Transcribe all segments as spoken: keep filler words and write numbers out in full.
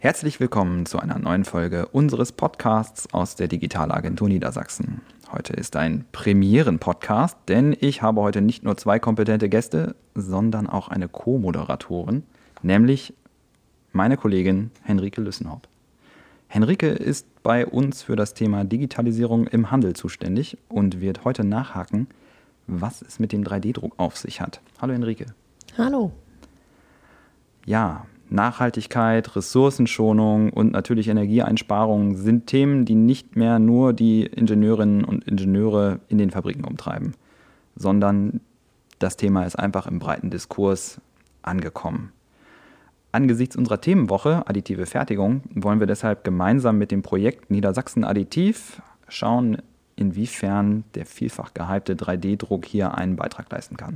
Herzlich willkommen zu einer neuen Folge unseres Podcasts aus der Digitalagentur Niedersachsen. Heute ist ein Premieren-Podcast, denn ich habe heute nicht nur zwei kompetente Gäste, sondern auch eine Co-Moderatorin, nämlich meine Kollegin Henrike Lüssenhaupt. Henrike ist bei uns für das Thema Digitalisierung im Handel zuständig und wird heute nachhaken, was es mit dem drei D Druck auf sich hat. Hallo Henrike. Hallo. Ja, Nachhaltigkeit, Ressourcenschonung und natürlich Energieeinsparung sind Themen, die nicht mehr nur die Ingenieurinnen und Ingenieure in den Fabriken umtreiben, sondern das Thema ist einfach im breiten Diskurs angekommen. Angesichts unserer Themenwoche Additive Fertigung wollen wir deshalb gemeinsam mit dem Projekt Niedersachsen Additiv schauen, inwiefern der vielfach gehypte drei D Druck hier einen Beitrag leisten kann.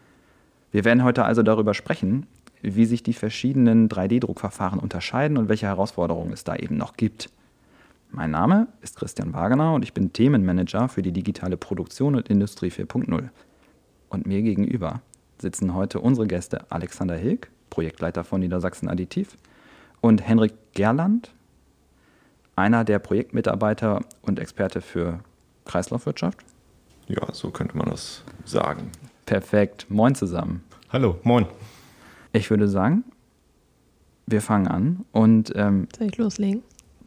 Wir werden heute also darüber sprechen, wie sich die verschiedenen drei D Druckverfahren unterscheiden und welche Herausforderungen es da eben noch gibt. Mein Name ist Christian Wagener und ich bin Themenmanager für die digitale Produktion und Industrie vier Punkt null. Und mir gegenüber sitzen heute unsere Gäste Alexander Hilk, Projektleiter von Niedersachsen Additiv, und Henrik Gerland, einer der Projektmitarbeiter und Experte für Kreislaufwirtschaft. Ja, so könnte man das sagen. Perfekt. Moin zusammen. Hallo, moin. Ich würde sagen, wir fangen an und ähm, Soll ich loslegen?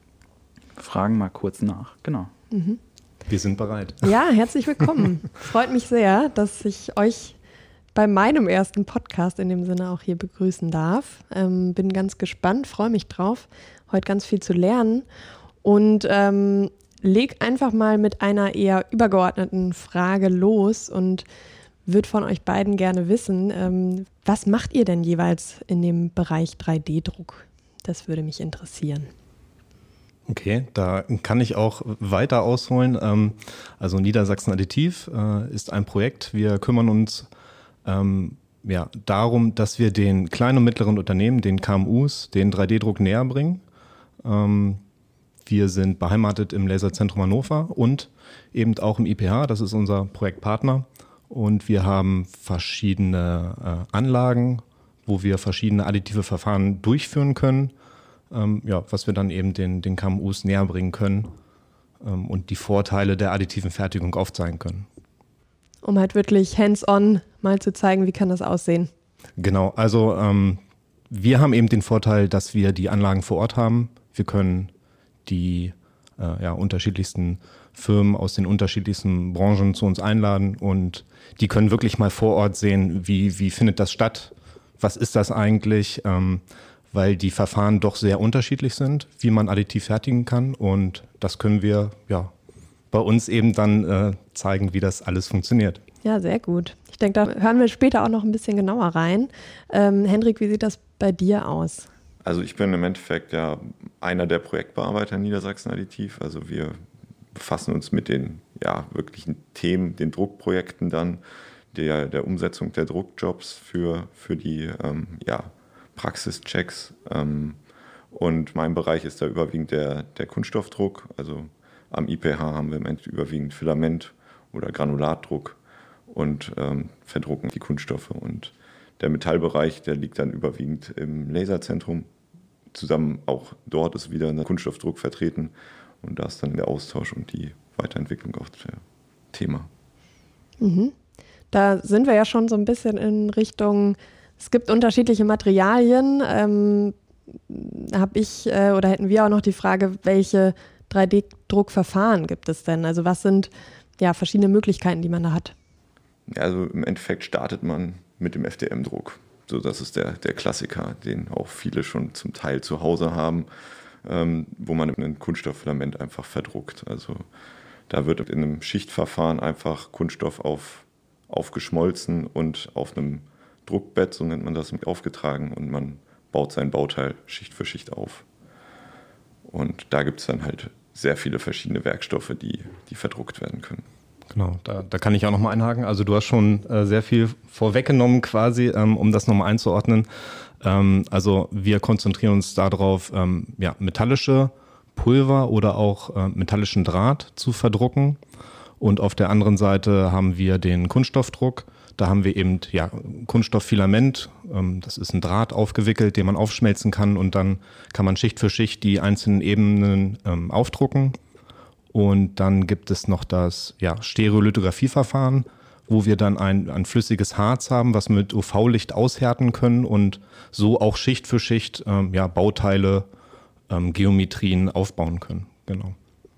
fragen mal kurz nach. Genau. Mhm. Wir sind bereit. Ja, herzlich willkommen. Freut mich sehr, dass ich euch bei meinem ersten Podcast in dem Sinne auch hier begrüßen darf. Ähm, bin ganz gespannt, freue mich drauf, heute ganz viel zu lernen und ähm, leg einfach mal mit einer eher übergeordneten Frage los und würde von euch beiden gerne wissen, ähm, was macht ihr denn jeweils in dem Bereich drei D Druck? Das würde mich interessieren. Okay, da kann ich auch weiter ausholen. Ähm, also Niedersachsen Additiv äh, ist ein Projekt. Wir kümmern uns ähm, ja, darum, dass wir den kleinen und mittleren Unternehmen, den K M Us, den drei D Druck näher bringen. Ähm, wir sind beheimatet im Laserzentrum Hannover und eben auch im I P H, das ist unser Projektpartner. Und wir haben verschiedene äh, Anlagen, wo wir verschiedene additive Verfahren durchführen können, ähm, ja, was wir dann eben den, den K M Us näher bringen können ähm, und die Vorteile der additiven Fertigung aufzeigen können. Um halt wirklich hands-on mal zu zeigen, wie kann das aussehen. Genau, also ähm, wir haben eben den Vorteil, dass wir die Anlagen vor Ort haben. Wir können die äh, ja, unterschiedlichsten Firmen aus den unterschiedlichsten Branchen zu uns einladen und die können wirklich mal vor Ort sehen, wie, wie findet das statt, was ist das eigentlich, ähm, weil die Verfahren doch sehr unterschiedlich sind, wie man additiv fertigen kann und das können wir ja bei uns eben dann äh, zeigen, wie das alles funktioniert. Ja, sehr gut. Ich denke, da hören wir später auch noch ein bisschen genauer rein. Ähm, Henrik, wie sieht das bei dir aus? Also ich bin im Endeffekt ja einer der Projektbearbeiter in Niedersachsen Additiv. Also wir befassen uns mit den ja, wirklichen Themen, den Druckprojekten dann, der, der Umsetzung der Druckjobs für, für die ähm, ja, Praxischecks. Ähm, und mein Bereich ist da überwiegend der, der Kunststoffdruck. Also am I P H haben wir im Endeffekt überwiegend Filament- oder Granulatdruck und ähm, verdrucken die Kunststoffe. Und der Metallbereich, der liegt dann überwiegend im Laserzentrum. Zusammen auch dort ist wieder ein Kunststoffdruck vertreten. Und da ist dann der Austausch und die Weiterentwicklung auch das Thema. Mhm. Da sind wir ja schon so ein bisschen in Richtung, es gibt unterschiedliche Materialien. Ähm, habe ich äh, oder hätten wir auch noch die Frage, welche drei D Druckverfahren gibt es denn? Also was sind ja verschiedene Möglichkeiten, die man da hat? Ja, also im Endeffekt startet man mit dem F D M-Druck. So, das ist der, der Klassiker, den auch viele schon zum Teil zu Hause haben. Ähm, wo man ein Kunststofffilament einfach verdruckt. Also da wird in einem Schichtverfahren einfach Kunststoff auf, aufgeschmolzen und auf einem Druckbett, so nennt man das, mit aufgetragen und man baut sein Bauteil Schicht für Schicht auf. Und da gibt es dann halt sehr viele verschiedene Werkstoffe, die, die verdruckt werden können. Genau, da, da kann ich auch nochmal einhaken. Also du hast schon äh, sehr viel vorweggenommen quasi, ähm, um das nochmal einzuordnen. Ähm, also wir konzentrieren uns darauf, ähm, ja, metallische Pulver oder auch äh, metallischen Draht zu verdrucken. Und auf der anderen Seite haben wir den Kunststoffdruck. Da haben wir eben ja, Kunststofffilament, ähm, das ist ein Draht aufgewickelt, den man aufschmelzen kann und dann kann man Schicht für Schicht die einzelnen Ebenen ähm, aufdrucken. Und dann gibt es noch das ja, Stereolithografieverfahren, wo wir dann ein, ein flüssiges Harz haben, was wir mit U V-Licht aushärten können und so auch Schicht für Schicht ähm, ja, Bauteile, ähm, Geometrien aufbauen können. Genau.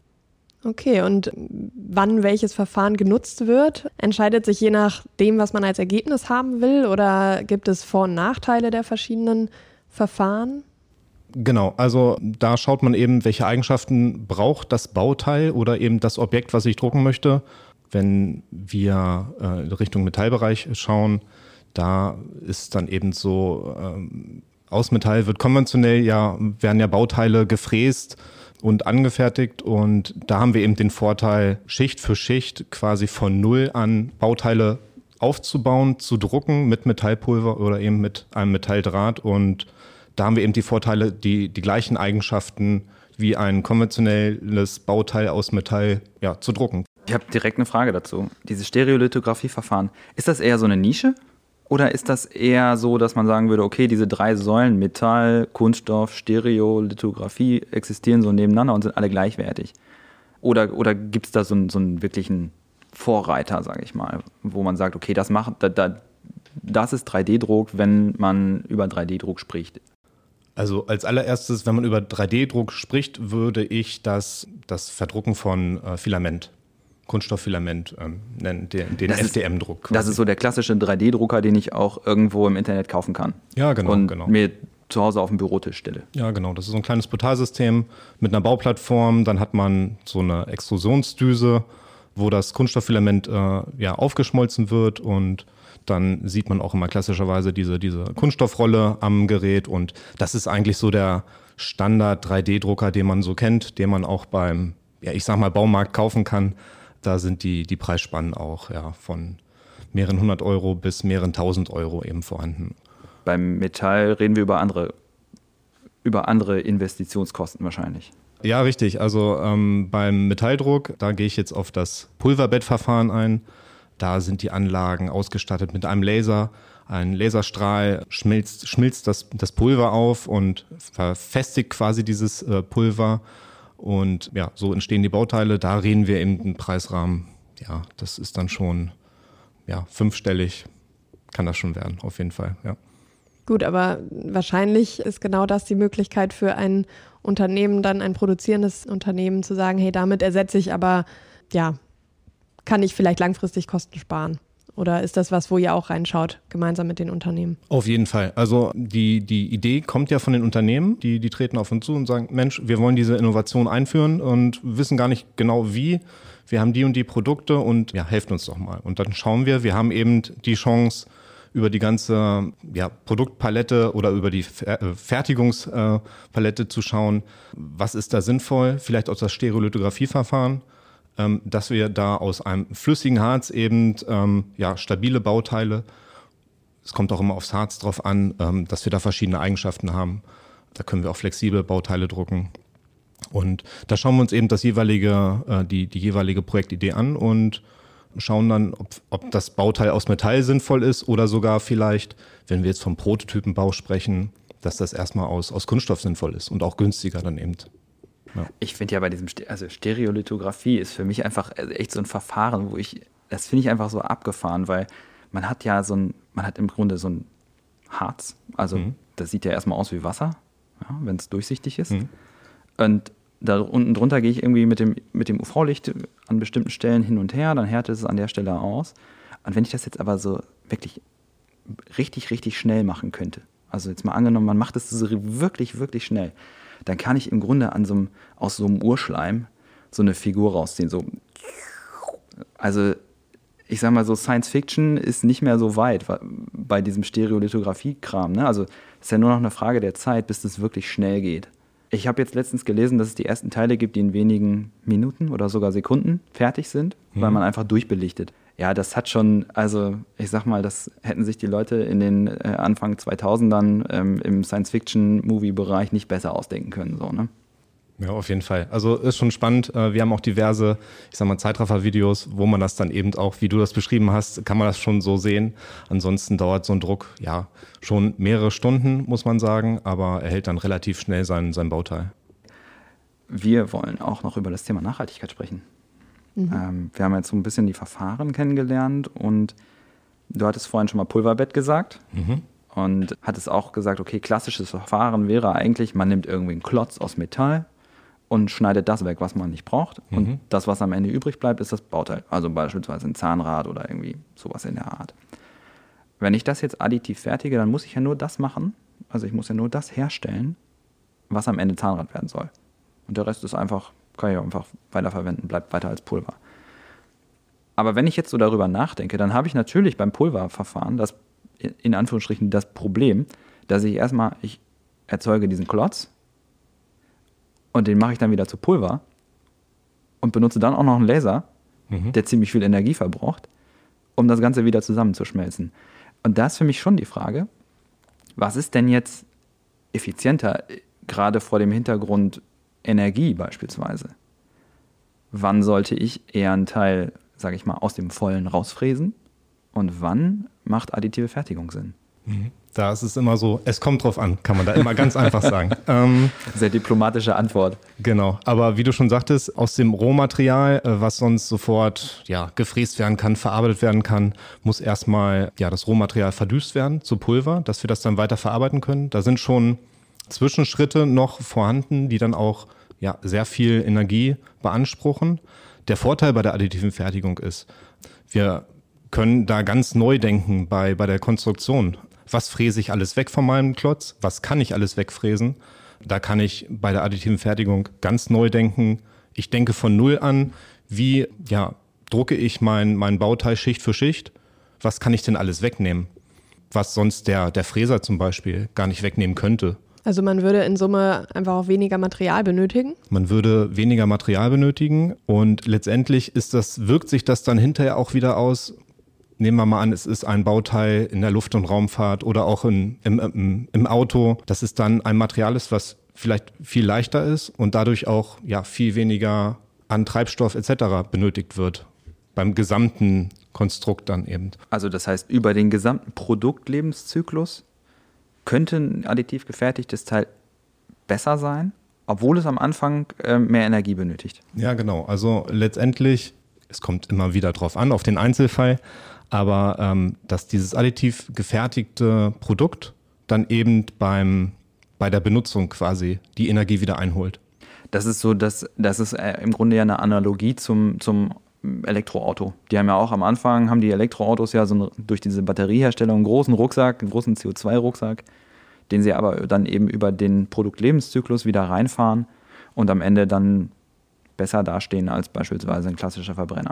Okay, und wann welches Verfahren genutzt wird, entscheidet sich je nachdem, was man als Ergebnis haben will, oder gibt es Vor- und Nachteile der verschiedenen Verfahren? Genau, also da schaut man eben, welche Eigenschaften braucht das Bauteil oder eben das Objekt, was ich drucken möchte. Wenn wir äh, Richtung Metallbereich schauen, da ist dann eben so, ähm, aus Metall wird konventionell ja, werden ja Bauteile gefräst und angefertigt und da haben wir eben den Vorteil, Schicht für Schicht quasi von Null an Bauteile aufzubauen, zu drucken mit Metallpulver oder eben mit einem Metalldraht und da haben wir eben die Vorteile, die, die gleichen Eigenschaften wie ein konventionelles Bauteil aus Metall ja, zu drucken. Ich habe direkt eine Frage dazu. Dieses Stereolithografieverfahren, ist das eher so eine Nische? Oder ist das eher so, dass man sagen würde, okay, diese drei Säulen, Metall, Kunststoff, Stereolithografie, existieren so nebeneinander und sind alle gleichwertig? Oder, oder gibt es da so einen, so einen wirklichen Vorreiter, sage ich mal, wo man sagt, okay, das, macht, da, da, das ist drei D-Druck, wenn man über drei D-Druck spricht? Also als allererstes, wenn man über drei D-Druck spricht, würde ich das, das Verdrucken von äh, Filament, Kunststofffilament ähm, nennen, den, den F D M-Druck. Das ist so der klassische drei D-Drucker, den ich auch irgendwo im Internet kaufen kann. Ja, genau. Und genau. mir zu Hause auf dem Bürotisch stelle. Ja, genau. Das ist so ein kleines Portalsystem mit einer Bauplattform. Dann hat man so eine Extrusionsdüse, wo das Kunststofffilament äh, ja, aufgeschmolzen wird und dann sieht man auch immer klassischerweise diese, diese Kunststoffrolle am Gerät und das ist eigentlich so der Standard drei D-Drucker, den man so kennt, den man auch beim, ja, ich sag mal, Baumarkt kaufen kann. Da sind die, die Preisspannen auch ja, von mehreren hundert Euro bis mehreren tausend Euro eben vorhanden. Beim Metall reden wir über andere, über andere Investitionskosten wahrscheinlich. Ja, richtig. Also ähm, beim Metalldruck, da gehe ich jetzt auf das Pulverbettverfahren ein. Da sind die Anlagen ausgestattet mit einem Laser. Ein Laserstrahl schmilzt, schmilzt das, das Pulver auf und verfestigt quasi dieses äh, Pulver. Und ja, so entstehen die Bauteile. Da reden wir eben einen Preisrahmen. Ja, das ist dann schon ja, fünfstellig. Kann das schon werden, auf jeden Fall, ja. Gut, aber wahrscheinlich ist genau das die Möglichkeit für ein Unternehmen, dann ein produzierendes Unternehmen zu sagen, hey, damit ersetze ich aber, ja, kann ich vielleicht langfristig Kosten sparen? Oder ist das was, wo ihr auch reinschaut, gemeinsam mit den Unternehmen? Auf jeden Fall. Also die, die Idee kommt ja von den Unternehmen, die, die treten auf uns zu und sagen, Mensch, wir wollen diese Innovation einführen und wissen gar nicht genau wie. Wir haben die und die Produkte und ja, helft uns doch mal. Und dann schauen wir, wir haben eben die Chance, über die ganze ja, Produktpalette oder über die Fertigungspalette zu schauen, was ist da sinnvoll, vielleicht auch das Stereolithografieverfahren, ähm, dass wir da aus einem flüssigen Harz eben ähm, ja, stabile Bauteile, es kommt auch immer aufs Harz drauf an, ähm, dass wir da verschiedene Eigenschaften haben. Da können wir auch flexible Bauteile drucken. Und da schauen wir uns eben das jeweilige, äh, die, die jeweilige Projektidee an und schauen dann, ob, ob das Bauteil aus Metall sinnvoll ist oder sogar vielleicht, wenn wir jetzt vom Prototypenbau sprechen, dass das erstmal aus, aus Kunststoff sinnvoll ist und auch günstiger dann eben. Ja. Ich finde ja bei diesem, also Stereolithografie ist für mich einfach echt so ein Verfahren, wo ich, das finde ich einfach so abgefahren, weil man hat ja so ein, man hat im Grunde so ein Harz, also mhm. das sieht ja erstmal aus wie Wasser, ja, wenn es durchsichtig ist. Mhm. Und da unten drunter gehe ich irgendwie mit dem, mit dem U V-Licht an bestimmten Stellen hin und her, dann härtet es an der Stelle aus. Und wenn ich das jetzt aber so wirklich richtig, richtig schnell machen könnte, also jetzt mal angenommen, man macht es so wirklich, wirklich schnell, dann kann ich im Grunde an so einem, aus so einem Urschleim so eine Figur rausziehen. So. Also ich sag mal so, Science Fiction ist nicht mehr so weit bei diesem Stereolithografie-Kram. Ne? Also es ist ja nur noch eine Frage der Zeit, bis das wirklich schnell geht. Ich habe jetzt letztens gelesen, dass es die ersten Teile gibt, die in wenigen Minuten oder sogar Sekunden fertig sind, mhm. weil man einfach durchbelichtet. Ja, das hat schon, also ich sag mal, das hätten sich die Leute in den äh, Anfang zweitausendern ähm, im Science-Fiction-Movie-Bereich nicht besser ausdenken können. So, ne? Ja, auf jeden Fall. Also ist schon spannend. Wir haben auch diverse, ich sag mal, Zeitraffer-Videos, wo man das dann eben auch, wie du das beschrieben hast, kann man das schon so sehen. Ansonsten dauert so ein Druck, ja, schon mehrere Stunden, muss man sagen, aber er hält dann relativ schnell sein, sein Bauteil. Wir wollen auch noch über das Thema Nachhaltigkeit sprechen. Mhm. Ähm, wir haben jetzt so ein bisschen die Verfahren kennengelernt und du hattest vorhin schon mal Pulverbett gesagt. Mhm. Und hattest auch gesagt, okay, klassisches Verfahren wäre eigentlich, man nimmt irgendwie einen Klotz aus Metall und schneidet das weg, was man nicht braucht. Mhm. Und das, was am Ende übrig bleibt, ist das Bauteil. Also beispielsweise ein Zahnrad oder irgendwie sowas in der Art. Wenn ich das jetzt additiv fertige, dann muss ich ja nur das machen. Also ich muss ja nur das herstellen, was am Ende Zahnrad werden soll. Und der Rest ist einfach, kann ich einfach weiterverwenden, bleibt weiter als Pulver. Aber wenn ich jetzt so darüber nachdenke, dann habe ich natürlich beim Pulververfahren das, in Anführungsstrichen, das Problem, dass ich erstmal, ich erzeuge diesen Klotz, und den mache ich dann wieder zu Pulver und benutze dann auch noch einen Laser, mhm. der ziemlich viel Energie verbraucht, um das Ganze wieder zusammenzuschmelzen. Und da ist für mich schon die Frage, was ist denn jetzt effizienter, gerade vor dem Hintergrund Energie beispielsweise? Wann sollte ich eher einen Teil, sage ich mal, aus dem Vollen rausfräsen und wann macht additive Fertigung Sinn? Mhm. Da ist es immer so, es kommt drauf an, kann man da immer ganz einfach sagen. Ähm, Sehr diplomatische Antwort. Genau, aber wie du schon sagtest, aus dem Rohmaterial, was sonst sofort ja, gefräst werden kann, verarbeitet werden kann, muss erstmal ja, das Rohmaterial verdüst werden zu Pulver, dass wir das dann weiter verarbeiten können. Da sind schon Zwischenschritte noch vorhanden, die dann auch ja, sehr viel Energie beanspruchen. Der Vorteil bei der additiven Fertigung ist, wir können da ganz neu denken bei, bei der Konstruktion. Was fräse ich alles weg von meinem Klotz? Was kann ich alles wegfräsen? Da kann ich bei der additiven Fertigung ganz neu denken. Ich denke von Null an, wie ja, drucke ich mein, mein Bauteil Schicht für Schicht? Was kann ich denn alles wegnehmen? Was sonst der, der Fräser zum Beispiel gar nicht wegnehmen könnte. Also man würde in Summe einfach auch weniger Material benötigen? Man würde weniger Material benötigen und letztendlich ist das, wirkt sich das dann hinterher auch wieder aus. Nehmen wir mal an, es ist ein Bauteil in der Luft- und Raumfahrt oder auch in, im, im, im Auto, dass es dann ein Material ist, was vielleicht viel leichter ist und dadurch auch ja, viel weniger an Treibstoff et cetera benötigt wird. Beim gesamten Konstrukt dann eben. Also das heißt, über den gesamten Produktlebenszyklus könnte ein additiv gefertigtes Teil besser sein, obwohl es am Anfang äh, mehr Energie benötigt. Ja, genau. Also letztendlich, es kommt immer wieder drauf an, auf den Einzelfall, aber ähm, dass dieses additiv gefertigte Produkt dann eben beim, bei der Benutzung quasi die Energie wieder einholt. Das ist so, dass das ist äh, im Grunde ja eine Analogie zum, zum Elektroauto. Die haben ja auch am Anfang, haben die Elektroautos ja so eine, durch diese Batterieherstellung einen großen Rucksack, einen großen C O zwei Rucksack, den sie aber dann eben über den Produktlebenszyklus wieder reinfahren und am Ende dann besser dastehen als beispielsweise ein klassischer Verbrenner.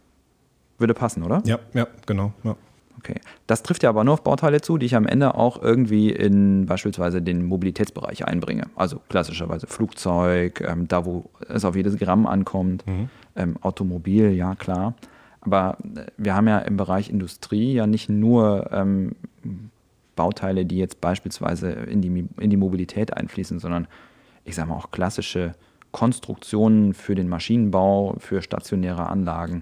Würde passen, oder? Ja, ja, genau. Ja. Okay. Das trifft ja aber nur auf Bauteile zu, die ich am Ende auch irgendwie in beispielsweise den Mobilitätsbereich einbringe. Also klassischerweise Flugzeug, ähm, da wo es auf jedes Gramm ankommt, mhm. ähm, Automobil, ja klar. Aber wir haben ja im Bereich Industrie ja nicht nur ähm, Bauteile, die jetzt beispielsweise in die, in die Mobilität einfließen, sondern ich sage mal auch klassische Konstruktionen für den Maschinenbau, für stationäre Anlagen.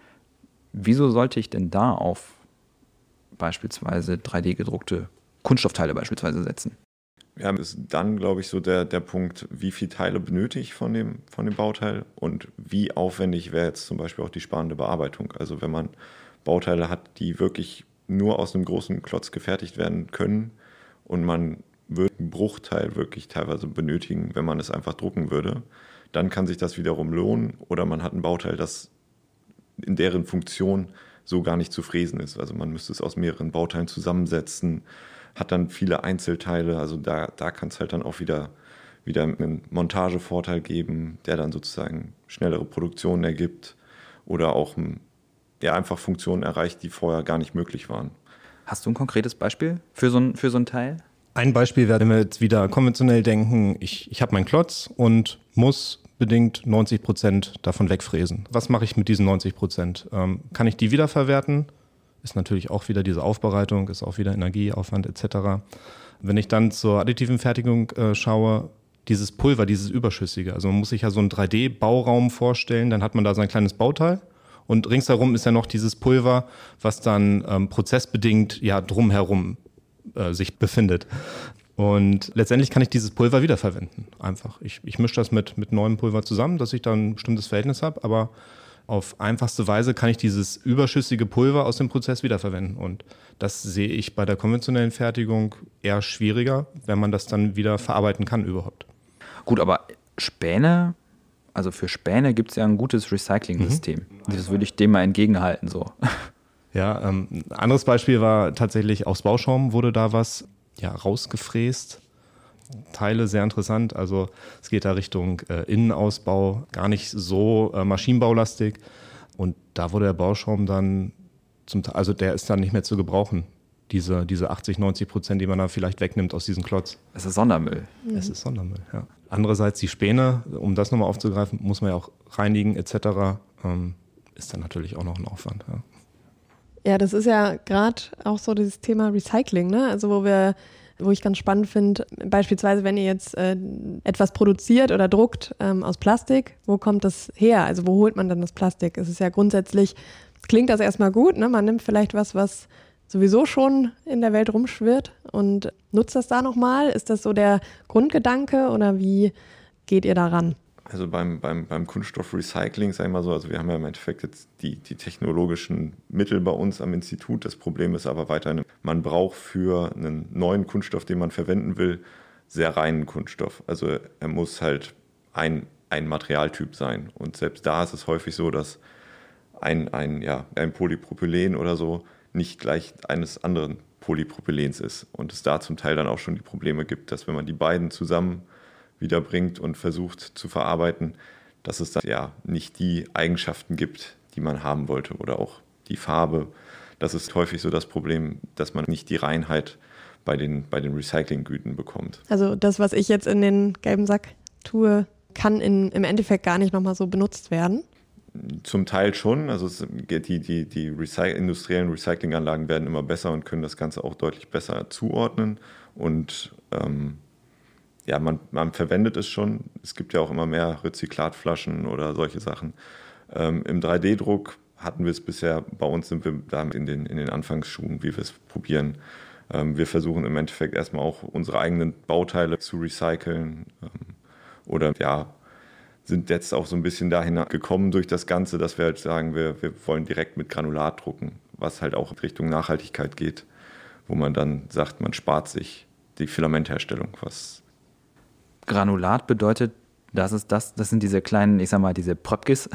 Wieso sollte ich denn da auf beispielsweise drei D gedruckte Kunststoffteile beispielsweise setzen? Ja, ist dann, glaube ich, so der, der Punkt, wie viele Teile benötige ich von dem, von dem Bauteil und wie aufwendig wäre jetzt zum Beispiel auch die sparende Bearbeitung. Also wenn man Bauteile hat, die wirklich nur aus einem großen Klotz gefertigt werden können und man würde einen Bruchteil wirklich teilweise benötigen, wenn man es einfach drucken würde, dann kann sich das wiederum lohnen. Oder man hat ein Bauteil, das in deren Funktion so gar nicht zu fräsen ist. Also man müsste es aus mehreren Bauteilen zusammensetzen, hat dann viele Einzelteile. Also da, da kann es halt dann auch wieder, wieder einen Montagevorteil geben, der dann sozusagen schnellere Produktionen ergibt oder auch ja, einfach Funktionen erreicht, die vorher gar nicht möglich waren. Hast du ein konkretes Beispiel für so ein, für so ein Teil? Ein Beispiel wäre, wenn wir jetzt wieder konventionell denken, ich, ich habe meinen Klotz und muss bedingt neunzig Prozent davon wegfräsen. Was mache ich mit diesen neunzig Prozent? Ähm, kann ich die wiederverwerten? Ist natürlich auch wieder diese Aufbereitung, ist auch wieder Energieaufwand et cetera. Wenn ich dann zur additiven Fertigung äh, schaue, dieses Pulver, dieses Überschüssige. Also man muss sich ja so einen drei D-Bauraum vorstellen, dann hat man da sein kleines Bauteil und ringsherum ist ja noch dieses Pulver, was dann ähm, prozessbedingt ja drumherum äh, sich befindet. Und letztendlich kann ich dieses Pulver wiederverwenden. Einfach. Ich, ich mische das mit, mit neuem Pulver zusammen, dass ich da ein bestimmtes Verhältnis habe, aber auf einfachste Weise kann ich dieses überschüssige Pulver aus dem Prozess wiederverwenden. Und das sehe ich bei der konventionellen Fertigung eher schwieriger, wenn man das dann wieder verarbeiten kann überhaupt. Gut, aber Späne, also für Späne gibt es ja ein gutes Recycling-System. Mhm. Das würde ich dem mal entgegenhalten. So. Ja, ähm, ein anderes Beispiel war tatsächlich aus Bauschaum wurde da was ja, rausgefräst. Teile sehr interessant, also es geht da Richtung äh, Innenausbau, gar nicht so äh, maschinenbaulastig und da wurde der Bauschaum dann zum Teil, also der ist dann nicht mehr zu gebrauchen, diese, diese achtzig, neunzig Prozent, die man da vielleicht wegnimmt aus diesem Klotz. Es ist Sondermüll. Mhm. Es ist Sondermüll, ja. Andererseits die Späne, um das nochmal aufzugreifen, muss man ja auch reinigen et cetera, ähm, ist dann natürlich auch noch ein Aufwand. Ja, ja das ist ja gerade auch so dieses Thema Recycling, ne? Also wo wir wo ich ganz spannend finde, beispielsweise, wenn ihr jetzt äh, etwas produziert oder druckt ähm, aus Plastik, wo kommt das her? Also wo holt man dann das Plastik? Es ist ja grundsätzlich, klingt das erstmal gut, ne? Man nimmt vielleicht was, was sowieso schon in der Welt rumschwirrt und nutzt das da nochmal. Ist das so der Grundgedanke oder wie geht ihr daran? Also beim, beim, beim Kunststoffrecycling, sag ich mal so, also wir haben ja im Endeffekt jetzt die, die technologischen Mittel bei uns am Institut. Das Problem ist aber weiterhin, man braucht für einen neuen Kunststoff, den man verwenden will, sehr reinen Kunststoff. Also er muss halt ein, ein Materialtyp sein. Und selbst da ist es häufig so, dass ein, ein, ja, ein Polypropylen oder so nicht gleich eines anderen Polypropylens ist. Und es da zum Teil dann auch schon die Probleme gibt, dass wenn man die beiden zusammen wiederbringt und versucht zu verarbeiten, dass es dann ja nicht die Eigenschaften gibt, die man haben wollte oder auch die Farbe. Das ist häufig so das Problem, dass man nicht die Reinheit bei den, bei den Recyclinggüten bekommt. Also das, was ich jetzt in den gelben Sack tue, kann in, im Endeffekt gar nicht nochmal so benutzt werden? Zum Teil schon. Also es, die, die, die Recy- industriellen Recyclinganlagen werden immer besser und können das Ganze auch deutlich besser zuordnen. Und ähm, ja, man, man verwendet es schon. Es gibt ja auch immer mehr Rezyklatflaschen oder solche Sachen. Ähm, Im drei D Druck hatten wir es bisher, bei uns sind wir da in den, in den Anfangsschuhen, wie wir es probieren. Ähm, wir versuchen im Endeffekt erstmal auch unsere eigenen Bauteile zu recyceln. Ähm, oder ja, sind jetzt auch so ein bisschen dahin gekommen durch das Ganze, dass wir halt sagen, wir, wir wollen direkt mit Granulat drucken, was halt auch in Richtung Nachhaltigkeit geht, wo man dann sagt, man spart sich die Filamentherstellung, was Granulat bedeutet, das ist das, das sind diese kleinen, ich sag mal, diese Pröpkis,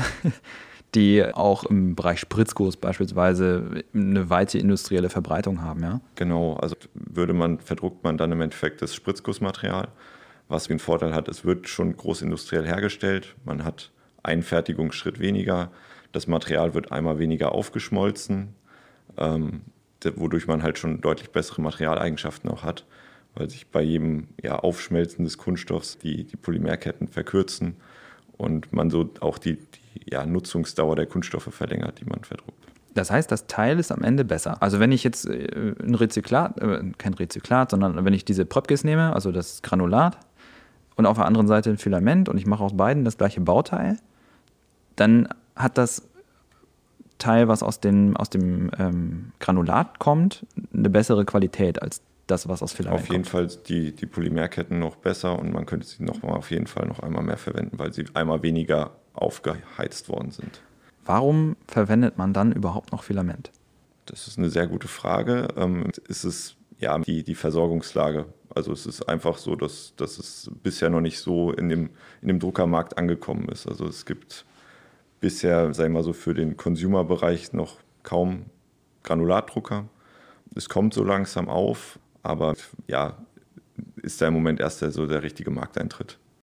die auch im Bereich Spritzguss beispielsweise eine weite industrielle Verbreitung haben, ja? Genau, also würde man, verdruckt man dann im Endeffekt das Spritzgussmaterial, was den Vorteil hat, es wird schon großindustriell hergestellt, man hat einen Fertigungsschritt weniger, das Material wird einmal weniger aufgeschmolzen, ähm, wodurch man halt schon deutlich bessere Materialeigenschaften auch hat, weil sich bei jedem ja, Aufschmelzen des Kunststoffs die, die Polymerketten verkürzen und man so auch die, die ja, Nutzungsdauer der Kunststoffe verlängert, die man verdruckt. Das heißt, das Teil ist am Ende besser. Also wenn ich jetzt äh, ein Rezyklat, äh, kein Rezyklat, sondern wenn ich diese Pröpkis nehme, also das Granulat und auf der anderen Seite ein Filament und ich mache aus beiden das gleiche Bauteil, dann hat das Teil, was aus, den, aus dem ähm, Granulat kommt, eine bessere Qualität als das, was aus Filament kommt. Auf jeden Fall die, die Polymerketten noch besser und man könnte sie noch mal auf jeden Fall noch einmal mehr verwenden, weil sie einmal weniger aufgeheizt worden sind. Warum verwendet man dann überhaupt noch Filament? Das ist eine sehr gute Frage. Ähm, ist es ja die, die Versorgungslage. Also es ist einfach so, dass, dass es bisher noch nicht so in dem, in dem Druckermarkt angekommen ist. Also es gibt bisher, sag ich mal so, für den Consumer-Bereich noch kaum Granulatdrucker. Es kommt so langsam auf, aber ja, ist da im Moment erst der, so der richtige Markteintritt.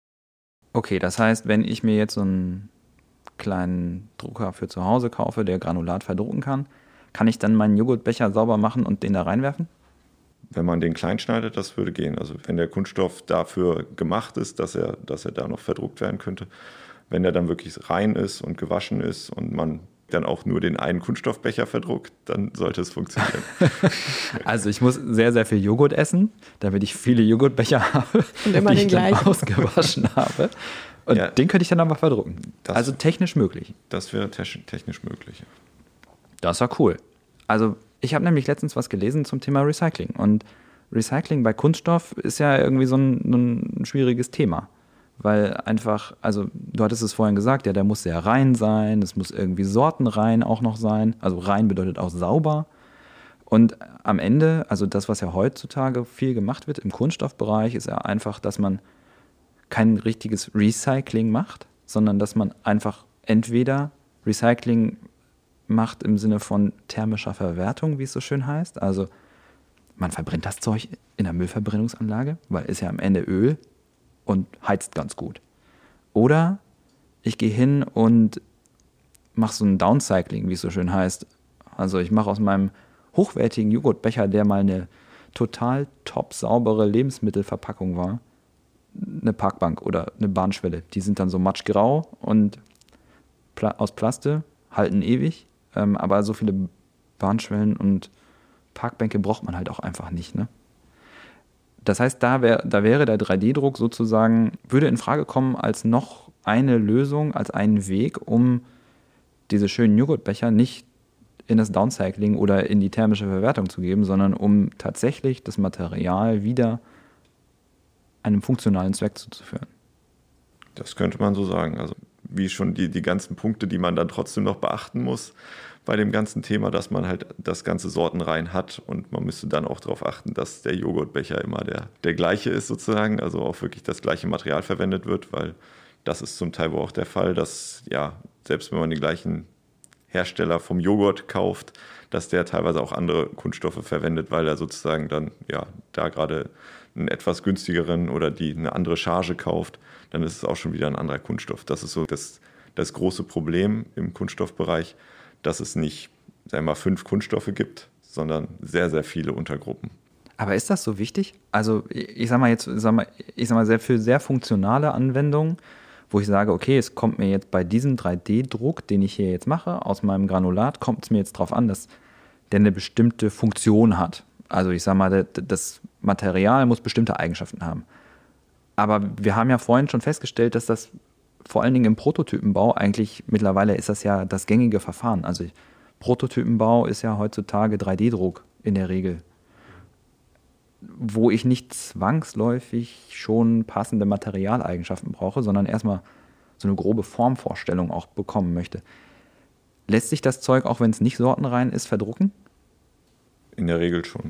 Okay, das heißt, wenn ich mir jetzt so einen kleinen Drucker für zu Hause kaufe, der Granulat verdrucken kann, kann ich dann meinen Joghurtbecher sauber machen und den da reinwerfen? Wenn man den klein schneidet, das würde gehen. Also wenn der Kunststoff dafür gemacht ist, dass er, dass er da noch verdruckt werden könnte, wenn der dann wirklich rein ist und gewaschen ist und man dann auch nur den einen Kunststoffbecher verdruckt, dann sollte es funktionieren. Also ich muss sehr, sehr viel Joghurt essen, damit ich viele Joghurtbecher habe, und immer die den ich dann gleichen ausgewaschen habe. Und ja, den könnte ich dann aber verdrucken. Das, also technisch möglich. Das wäre technisch möglich. Das war cool. Also ich habe nämlich letztens was gelesen zum Thema Recycling. Und Recycling bei Kunststoff ist ja irgendwie so ein, ein schwieriges Thema. Weil einfach, also du hattest es vorhin gesagt, ja, der muss sehr rein sein, es muss irgendwie sortenrein auch noch sein. Also rein bedeutet auch sauber. Und am Ende, also das, was ja heutzutage viel gemacht wird im Kunststoffbereich, ist ja einfach, dass man kein richtiges Recycling macht, sondern dass man einfach entweder Recycling macht im Sinne von thermischer Verwertung, wie es so schön heißt. Also man verbrennt das Zeug in der Müllverbrennungsanlage, weil es ja am Ende Öl und heizt ganz gut. Oder ich gehe hin und mache so ein Downcycling, wie es so schön heißt. Also ich mache aus meinem hochwertigen Joghurtbecher, der mal eine total top saubere Lebensmittelverpackung war, eine Parkbank oder eine Bahnschwelle. Die sind dann so matschgrau und pla- aus Plaste, halten ewig, ähm, aber so viele Bahnschwellen und Parkbänke braucht man halt auch einfach nicht, ne? Das heißt, da, wär, da wäre der drei D Druck sozusagen, würde in Frage kommen als noch eine Lösung, als einen Weg, um diese schönen Joghurtbecher nicht in das Downcycling oder in die thermische Verwertung zu geben, sondern um tatsächlich das Material wieder einem funktionalen Zweck zuzuführen. Das könnte man so sagen. Also wie schon die, die ganzen Punkte, die man dann trotzdem noch beachten muss bei dem ganzen Thema, dass man halt das ganze sortenrein hat und man müsste dann auch darauf achten, dass der Joghurtbecher immer der, der gleiche ist sozusagen, also auch wirklich das gleiche Material verwendet wird, weil das ist zum Teil wohl auch der Fall, dass ja, selbst wenn man den gleichen Hersteller vom Joghurt kauft, dass der teilweise auch andere Kunststoffe verwendet, weil er sozusagen dann ja da gerade einen etwas günstigeren oder die eine andere Charge kauft, dann ist es auch schon wieder ein anderer Kunststoff. Das ist so das, das große Problem im Kunststoffbereich, dass es nicht, sagen wir mal, fünf Kunststoffe gibt, sondern sehr, sehr viele Untergruppen. Aber ist das so wichtig? Also ich sag mal jetzt, sag mal, ich sag mal sehr für sehr funktionale Anwendungen, wo ich sage, okay, es kommt mir jetzt bei diesem drei D Druck, den ich hier jetzt mache, aus meinem Granulat, kommt es mir jetzt darauf an, dass der eine bestimmte Funktion hat. Also ich sag mal, das Material muss bestimmte Eigenschaften haben. Aber wir haben ja vorhin schon festgestellt, dass das vor allen Dingen im Prototypenbau eigentlich, mittlerweile ist das ja das gängige Verfahren. Also Prototypenbau ist ja heutzutage drei D Druck in der Regel, wo ich nicht zwangsläufig schon passende Materialeigenschaften brauche, sondern erstmal so eine grobe Formvorstellung auch bekommen möchte. Lässt sich das Zeug, auch wenn es nicht sortenrein ist, verdrucken? In der Regel schon.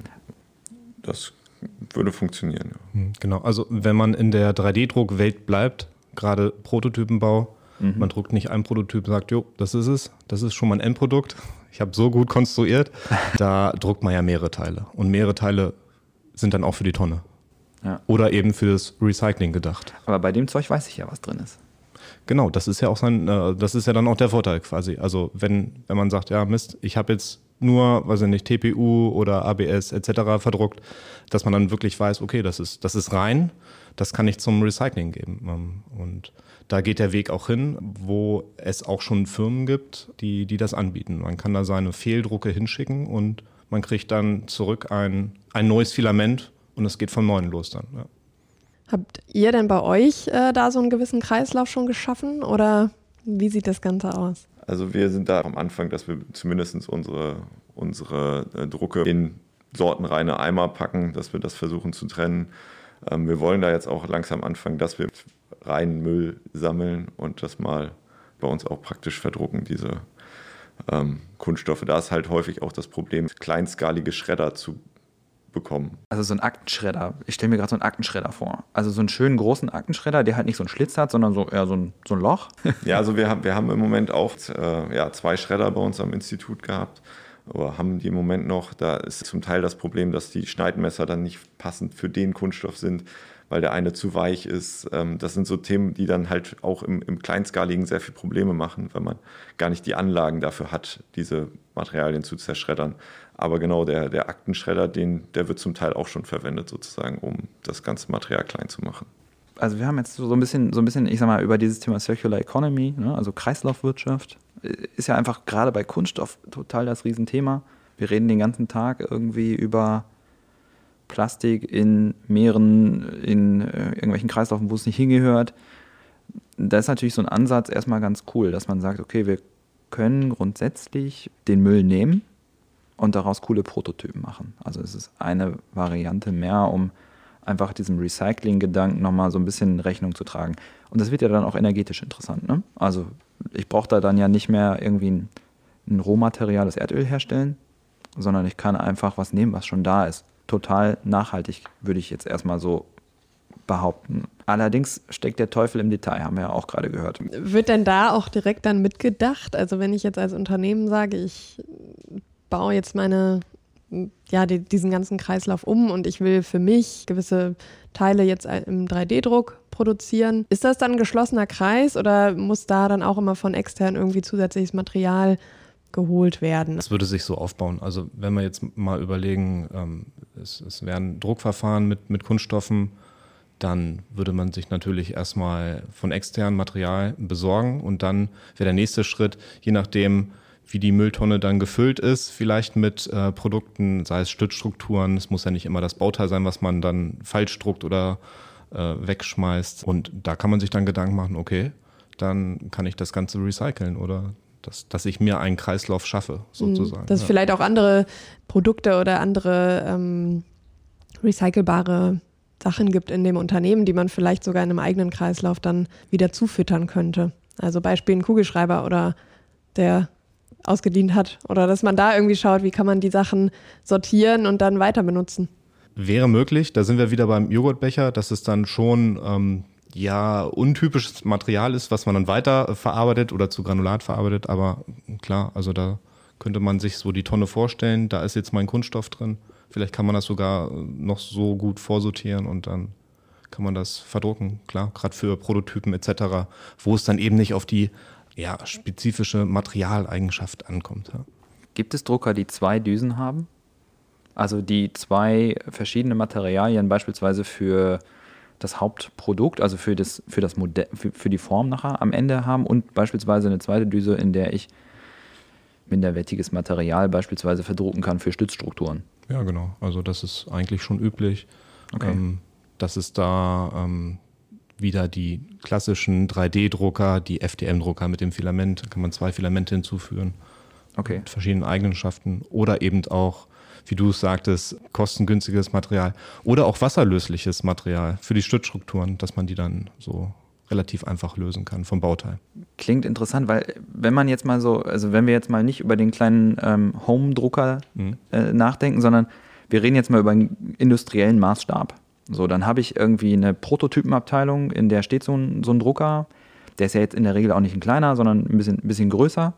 Das würde funktionieren, ja. Genau, also wenn man in der drei D Druckwelt bleibt, gerade Prototypenbau, mhm. man druckt nicht ein Prototyp, sagt, jo, das ist es, das ist schon mein Endprodukt, ich habe so gut konstruiert, da druckt man ja mehrere Teile und mehrere Teile sind dann auch für die Tonne. Ja. Oder eben für das Recycling gedacht. Aber bei dem Zeug weiß ich ja, was drin ist. Genau, das ist ja auch sein, äh, das ist ja dann auch der Vorteil quasi. Also wenn, wenn man sagt, ja Mist, ich habe jetzt nur, weiß ich nicht, T P U oder A B S et cetera verdruckt, dass man dann wirklich weiß, okay, das ist, das ist rein, das kann ich zum Recycling geben. Und da geht der Weg auch hin, wo es auch schon Firmen gibt, die, die das anbieten. Man kann da seine Fehldrucke hinschicken und man kriegt dann zurück ein, ein neues Filament und es geht von neuem los dann. Ja. Habt ihr denn bei euch äh, da so einen gewissen Kreislauf schon geschaffen oder wie sieht das Ganze aus? Also wir sind da am Anfang, dass wir zumindest unsere, unsere äh, Drucke in sortenreine Eimer packen, dass wir das versuchen zu trennen. Ähm, wir wollen da jetzt auch langsam anfangen, dass wir reinen Müll sammeln und das mal bei uns auch praktisch verdrucken, diese ähm, Kunststoffe. Da ist halt häufig auch das Problem, kleinskalige Schredder zu bekommen. Also so ein Aktenschredder. Ich stelle mir gerade so einen Aktenschredder vor. Also so einen schönen großen Aktenschredder, der halt nicht so einen Schlitz hat, sondern so eher so ein, so ein Loch. Ja, also wir haben, wir haben im Moment auch äh, ja, zwei Schredder bei uns am Institut gehabt, aber haben die im Moment noch. Da ist zum Teil das Problem, dass die Schneidmesser dann nicht passend für den Kunststoff sind, weil der eine zu weich ist. Ähm, das sind so Themen, die dann halt auch im, im Kleinskaligen sehr viel Probleme machen, weil man gar nicht die Anlagen dafür hat, diese Materialien zu zerschreddern. Aber genau, der, der Aktenschredder, den, der wird zum Teil auch schon verwendet, sozusagen, um das ganze Material klein zu machen. Also wir haben jetzt so ein bisschen, so ein bisschen, ich sag mal, über dieses Thema Circular Economy, ne, also Kreislaufwirtschaft, ist ja einfach gerade bei Kunststoff total das Riesenthema. Wir reden den ganzen Tag irgendwie über Plastik in Meeren, in äh, irgendwelchen Kreislaufen, wo es nicht hingehört. Da ist natürlich so ein Ansatz erstmal ganz cool, dass man sagt, okay, wir können grundsätzlich den Müll nehmen und daraus coole Prototypen machen. Also es ist eine Variante mehr, um einfach diesem Recycling-Gedanken nochmal so ein bisschen Rechnung zu tragen. Und das wird ja dann auch energetisch interessant, ne? Also ich brauche da dann ja nicht mehr irgendwie ein, ein Rohmaterial, das Erdöl herstellen, sondern ich kann einfach was nehmen, was schon da ist. Total nachhaltig, würde ich jetzt erstmal so behaupten. Allerdings steckt der Teufel im Detail, haben wir ja auch gerade gehört. Wird denn da auch direkt dann mitgedacht? Also wenn ich jetzt als Unternehmen sage, ich baue jetzt meine, ja, die, diesen ganzen Kreislauf um und ich will für mich gewisse Teile jetzt im drei D Druck produzieren. Ist das dann ein geschlossener Kreis oder muss da dann auch immer von extern irgendwie zusätzliches Material geholt werden? Das würde sich so aufbauen. Also wenn wir jetzt mal überlegen, ähm, es, es wären Druckverfahren mit, mit Kunststoffen, dann würde man sich natürlich erstmal von externem Material besorgen und dann wäre der nächste Schritt, je nachdem, wie die Mülltonne dann gefüllt ist, vielleicht mit äh, Produkten, sei es Stützstrukturen, es muss ja nicht immer das Bauteil sein, was man dann falsch druckt oder äh, wegschmeißt. Und da kann man sich dann Gedanken machen, okay, dann kann ich das Ganze recyceln oder dass, dass ich mir einen Kreislauf schaffe, sozusagen. Dass es ja. vielleicht auch andere Produkte oder andere ähm, recycelbare Sachen gibt in dem Unternehmen, die man vielleicht sogar in einem eigenen Kreislauf dann wieder zufüttern könnte. Also Beispiel ein Kugelschreiber oder der ausgedient hat. Oder dass man da irgendwie schaut, wie kann man die Sachen sortieren und dann weiter benutzen. Wäre möglich, da sind wir wieder beim Joghurtbecher, dass es dann schon ähm, ja untypisches Material ist, was man dann weiter verarbeitet oder zu Granulat verarbeitet. Aber klar, also da könnte man sich so die Tonne vorstellen, da ist jetzt mein Kunststoff drin. Vielleicht kann man das sogar noch so gut vorsortieren und dann kann man das verdrucken, klar, gerade für Prototypen et cetera, wo es dann eben nicht auf die ja, spezifische Materialeigenschaft ankommt. Ja. Gibt es Drucker, die zwei Düsen haben? Also die zwei verschiedene Materialien beispielsweise für das Hauptprodukt, also für das, für das Modell, für, für die Form nachher am Ende haben und beispielsweise eine zweite Düse, in der ich minderwertiges Material beispielsweise verdrucken kann für Stützstrukturen. Ja, genau. Also das ist eigentlich schon üblich. Okay. Ähm, dass es da ähm, wieder die klassischen drei D Drucker, die F D M-Drucker mit dem Filament, da kann man zwei Filamente hinzufügen. Okay. Mit verschiedenen Eigenschaften. Oder eben auch, wie du es sagtest, kostengünstiges Material. Oder auch wasserlösliches Material für die Stützstrukturen, dass man die dann so relativ einfach lösen kann vom Bauteil. Klingt interessant, weil wenn man jetzt mal so, also wenn wir jetzt mal nicht über den kleinen ähm, Home-Drucker mhm. äh, nachdenken, sondern wir reden jetzt mal über einen industriellen Maßstab. So, dann habe ich irgendwie eine Prototypenabteilung, in der steht so ein, so ein Drucker, der ist ja jetzt in der Regel auch nicht ein kleiner, sondern ein bisschen, ein bisschen größer.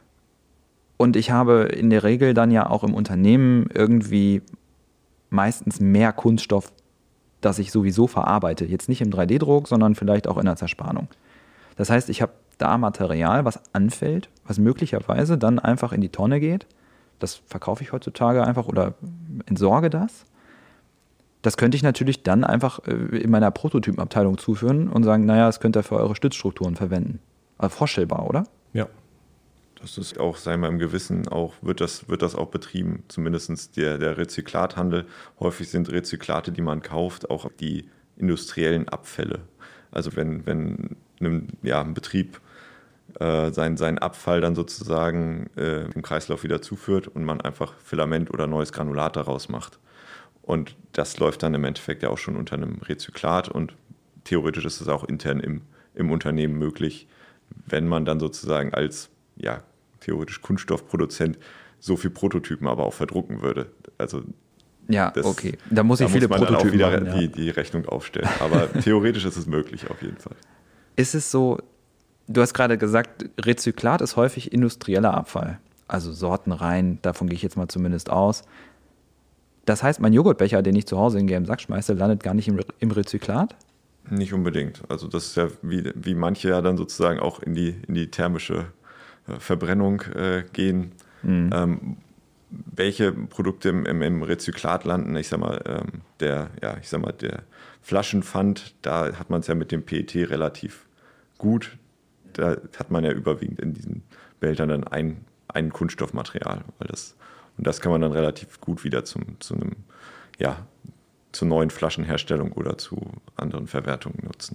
Und ich habe in der Regel dann ja auch im Unternehmen irgendwie meistens mehr Kunststoff, das ich sowieso verarbeite. Jetzt nicht im drei D Druck, sondern vielleicht auch in der Zerspannung. Das heißt, ich habe da Material, was anfällt, was möglicherweise dann einfach in die Tonne geht. Das verkaufe ich heutzutage einfach oder entsorge das. Das könnte ich natürlich dann einfach in meiner Prototypenabteilung zuführen und sagen, naja, das könnt ihr für eure Stützstrukturen verwenden. Also vorstellbar, oder? Ja. Das ist auch, sei mal im Gewissen, auch wird das, wird das auch betrieben, zumindest der, der Rezyklathandel. Häufig sind Rezyklate, die man kauft, auch die industriellen Abfälle. Also wenn, wenn einem, ja, ein Betrieb äh, sein, seinen Abfall dann sozusagen äh, im Kreislauf wieder zuführt und man einfach Filament oder neues Granulat daraus macht. Und das läuft dann im Endeffekt ja auch schon unter einem Rezyklat und theoretisch ist es auch intern im, im Unternehmen möglich, wenn man dann sozusagen als ja, theoretisch Kunststoffproduzent so viel Prototypen aber auch verdrucken würde. Also ja, das, okay. Da muss ich da viele muss man Prototypen dann auch wieder machen, ja. die, die Rechnung aufstellen. Aber theoretisch ist es möglich auf jeden Fall. Ist es so, du hast gerade gesagt, Rezyklat ist häufig industrieller Abfall. Also Sortenrein, davon gehe ich jetzt mal zumindest aus. Das heißt, mein Joghurtbecher, den ich zu Hause in den gelben Sack schmeiße, landet gar nicht im, Re- im Rezyklat? Nicht unbedingt. Also das ist ja, wie, wie manche ja dann sozusagen auch in die, in die thermische Verbrennung äh, gehen. Mhm. Ähm, welche Produkte im, im, im Rezyklat landen, ich sag mal, ähm, der, ja, ich sag mal, der Flaschenpfand, da hat man es ja mit dem P E T relativ gut. da hat man ja überwiegend in diesen Behältern dann ein, ein Kunststoffmaterial. Weil das, und das kann man dann relativ gut wieder zum, zu einem, ja, zur neuen Flaschenherstellung oder zu anderen Verwertungen nutzen.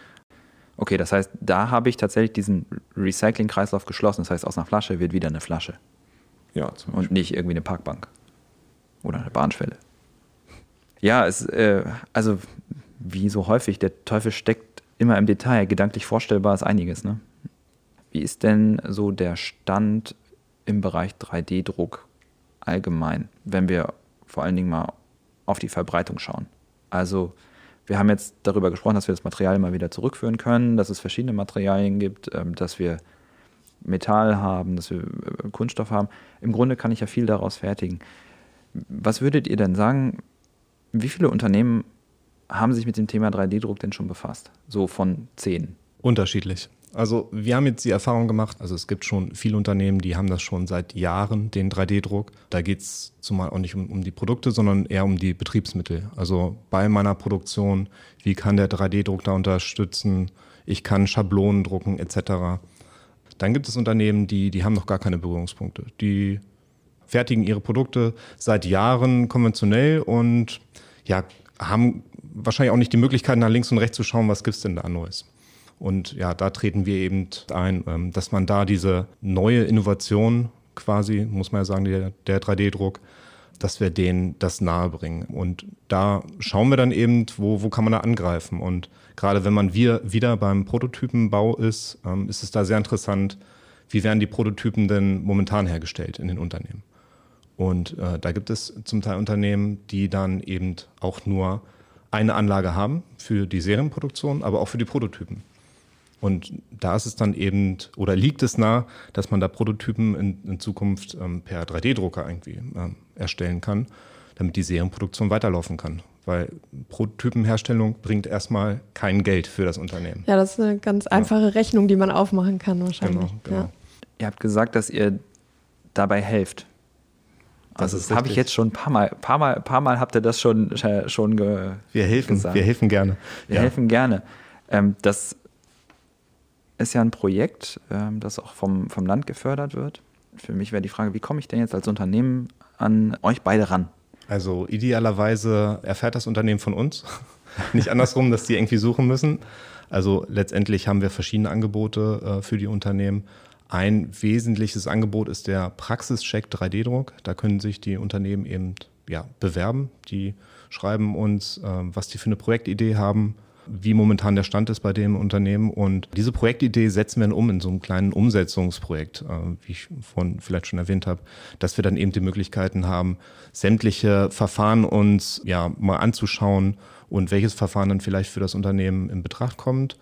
Okay, das heißt, da habe ich tatsächlich diesen Recycling-Kreislauf geschlossen. Das heißt, aus einer Flasche wird wieder eine Flasche. Ja, zum Und nicht irgendwie eine Parkbank oder eine Bahnschwelle. Ja, es, äh, also wie so häufig, der Teufel steckt immer im Detail. Gedanklich vorstellbar ist einiges, ne? Wie ist denn so der Stand im Bereich drei D Druck allgemein, wenn wir vor allen Dingen mal auf die Verbreitung schauen? Also wir haben jetzt darüber gesprochen, dass wir das Material mal wieder zurückführen können, dass es verschiedene Materialien gibt, dass wir Metall haben, dass wir Kunststoff haben. Im Grunde kann ich ja viel daraus fertigen. Was würdet ihr denn sagen, wie viele Unternehmen haben sich mit dem Thema drei D Druck denn schon befasst? So von zehn? Unterschiedlich. Also wir haben jetzt die Erfahrung gemacht, also es gibt schon viele Unternehmen, die haben das schon seit Jahren, den drei D Druck. Da geht es zumal auch nicht um, um die Produkte, sondern eher um die Betriebsmittel. Also bei meiner Produktion, wie kann der drei D Druck da unterstützen? Ich kann Schablonen drucken et cetera. Dann gibt es Unternehmen, die, die haben noch gar keine Berührungspunkte. Die fertigen ihre Produkte seit Jahren konventionell und ja, haben wahrscheinlich auch nicht die Möglichkeit, nach links und rechts zu schauen, was gibt es denn da Neues. Und ja, da treten wir eben ein, dass man da diese neue Innovation quasi, muss man ja sagen, der, der drei D Druck, dass wir denen das nahe bringen. Und da schauen wir dann eben, wo, wo kann man da angreifen. Und gerade wenn man wir wieder beim Prototypenbau ist, ähm, ist es da sehr interessant, wie werden die Prototypen denn momentan hergestellt in den Unternehmen. Und äh, da gibt es zum Teil Unternehmen, die dann eben auch nur eine Anlage haben für die Serienproduktion, aber auch für die Prototypen. Und da ist es dann eben, oder liegt es nah, dass man da Prototypen in, in Zukunft ähm, per drei D Drucker irgendwie ähm, erstellen kann, damit die Serienproduktion weiterlaufen kann. Weil Prototypenherstellung bringt erstmal kein Geld für das Unternehmen. Ja, das ist eine ganz einfache ja. Rechnung, die man aufmachen kann wahrscheinlich. Genau, genau. Ja. Ihr habt gesagt, dass ihr dabei helft. Also das, das habe ich jetzt schon ein paar Mal, paar Mal, paar Mal habt ihr das schon, schon ge- wir helfen, gesagt. Wir helfen gerne. Wir ja. helfen gerne. Ähm, das ist ja ein Projekt, ähm, das auch vom, vom Land gefördert wird. Für mich wäre die Frage, wie komme ich denn jetzt als Unternehmen an euch beide ran? Also idealerweise erfährt das Unternehmen von uns. Nicht andersrum, dass die irgendwie suchen müssen. Also letztendlich haben wir verschiedene Angebote äh, für die Unternehmen. Ein wesentliches Angebot ist der Praxischeck drei D Druck. Da können sich die Unternehmen eben ja, bewerben. Die schreiben uns, äh, was die für eine Projektidee haben, wie momentan der Stand ist bei dem Unternehmen. Und diese Projektidee setzen wir dann um in so einem kleinen Umsetzungsprojekt, äh, wie ich vorhin vielleicht schon erwähnt habe, dass wir dann eben die Möglichkeiten haben, sämtliche Verfahren uns ja mal anzuschauen und welches Verfahren dann vielleicht für das Unternehmen in Betracht kommt.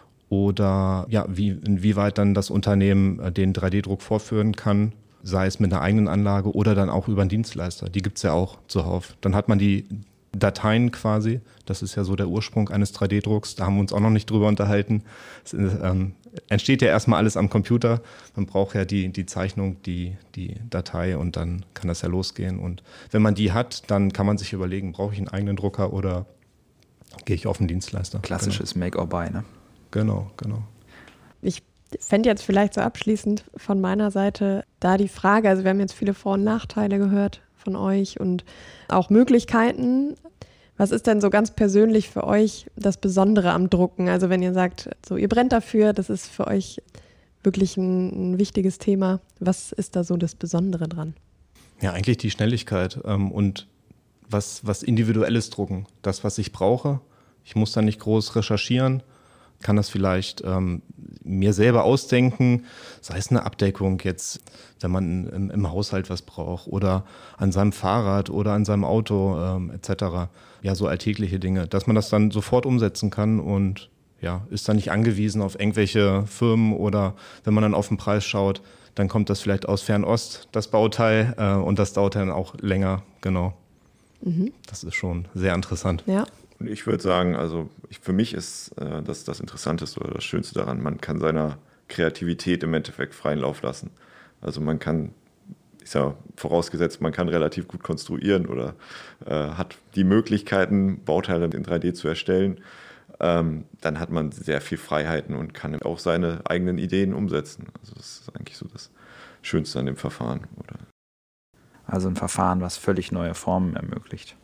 Oder ja, wie, inwieweit dann das Unternehmen den drei D Druck vorführen kann, sei es mit einer eigenen Anlage oder dann auch über einen Dienstleister. Die gibt es ja auch zuhauf. Dann hat man die Dateien quasi, das ist ja so der Ursprung eines drei D Drucks, da haben wir uns auch noch nicht drüber unterhalten. Es ähm, entsteht ja erstmal alles am Computer, man braucht ja die, die Zeichnung, die, die Datei und dann kann das ja losgehen. Und wenn man die hat, dann kann man sich überlegen, brauche ich einen eigenen Drucker oder gehe ich auf einen Dienstleister. Klassisches genau. Make or Buy, ne? Genau, genau. Ich fände jetzt vielleicht so abschließend von meiner Seite da die Frage, also wir haben jetzt viele Vor- und Nachteile gehört von euch und auch Möglichkeiten. Was ist denn so ganz persönlich für euch das Besondere am Drucken? Also wenn ihr sagt, so ihr brennt dafür, das ist für euch wirklich ein, ein wichtiges Thema. Was ist da so das Besondere dran? Ja, eigentlich die Schnelligkeit ähm, und was, was individuelles Drucken. Das, was ich brauche. Ich muss da nicht groß recherchieren. Kann das vielleicht ähm, mir selber ausdenken, sei es eine Abdeckung jetzt, wenn man im, im Haushalt was braucht oder an seinem Fahrrad oder an seinem Auto ähm, et cetera. Ja, so alltägliche Dinge, dass man das dann sofort umsetzen kann und ja, ist dann nicht angewiesen auf irgendwelche Firmen oder wenn man dann auf den Preis schaut, dann kommt das vielleicht aus Fernost, das Bauteil, äh, und das dauert dann auch länger, genau. Mhm. Das ist schon sehr interessant. Ja. Und ich würde sagen, also ich, für mich ist äh, das das Interessanteste oder das Schönste daran, man kann seiner Kreativität im Endeffekt freien Lauf lassen. Also man kann, ist ja vorausgesetzt, man kann relativ gut konstruieren oder äh, hat die Möglichkeiten, Bauteile in drei D zu erstellen. ähm, dann hat man sehr viel Freiheiten und kann auch seine eigenen Ideen umsetzen. Also das ist eigentlich so das Schönste an dem Verfahren. Oder? Also ein Verfahren, was völlig neue Formen ermöglicht.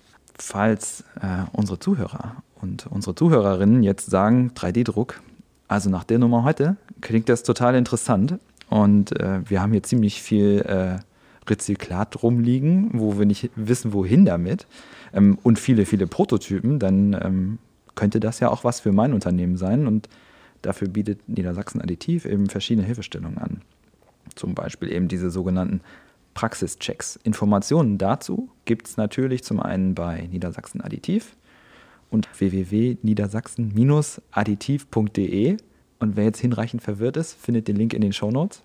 Falls äh, unsere Zuhörer und unsere Zuhörerinnen jetzt sagen, drei D-Druck, also nach der Nummer heute, klingt das total interessant. Und äh, wir haben hier ziemlich viel äh, Rezyklat rumliegen, wo wir nicht wissen, wohin damit. Ähm, und viele, viele Prototypen, dann ähm, könnte das ja auch was für mein Unternehmen sein. Und dafür bietet Niedersachsen Additiv eben verschiedene Hilfestellungen an. Zum Beispiel eben diese sogenannten Praxischecks. Informationen dazu gibt es natürlich zum einen bei Niedersachsen Additiv und w w w punkt niedersachsen Bindestrich additiv punkt d e. Und wer jetzt hinreichend verwirrt ist, findet den Link in den Shownotes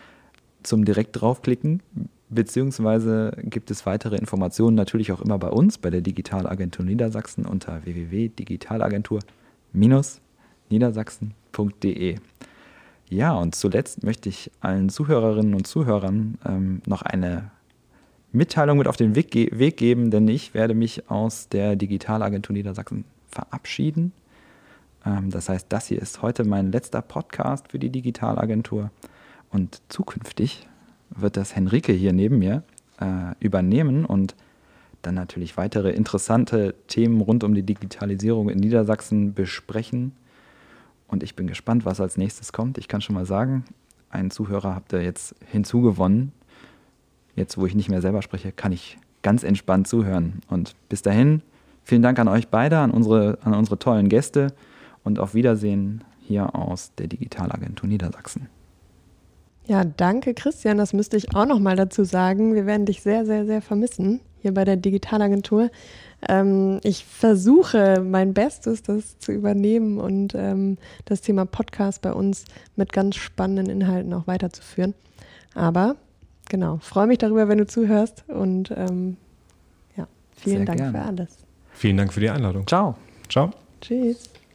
zum direkt draufklicken. Beziehungsweise gibt es weitere Informationen natürlich auch immer bei uns, bei der Digitalagentur Niedersachsen unter w w w punkt digitalagentur Bindestrich niedersachsen punkt d e. Ja, und zuletzt möchte ich allen Zuhörerinnen und Zuhörern ähm, noch eine Mitteilung mit auf den Weg, ge- Weg geben, denn ich werde mich aus der Digitalagentur Niedersachsen verabschieden. Ähm, das heißt, das hier ist heute mein letzter Podcast für die Digitalagentur und zukünftig wird das Henrike hier neben mir äh, übernehmen und dann natürlich weitere interessante Themen rund um die Digitalisierung in Niedersachsen besprechen. Und ich bin gespannt, was als nächstes kommt. Ich kann schon mal sagen, einen Zuhörer habt ihr jetzt hinzugewonnen. Jetzt, wo ich nicht mehr selber spreche, kann ich ganz entspannt zuhören. Und bis dahin, vielen Dank an euch beide, an unsere, an unsere tollen Gäste und auf Wiedersehen hier aus der Digitalagentur Niedersachsen. Ja, danke Christian, das müsste ich auch noch mal dazu sagen. Wir werden dich sehr, sehr, sehr vermissen hier bei der Digitalagentur. Ähm, ich versuche mein Bestes, das zu übernehmen und ähm, das Thema Podcast bei uns mit ganz spannenden Inhalten auch weiterzuführen. Aber genau, freue mich darüber, wenn du zuhörst und ähm, ja, vielen Sehr Dank gerne. für alles. Vielen Dank für die Einladung. Ciao. Ciao. Tschüss.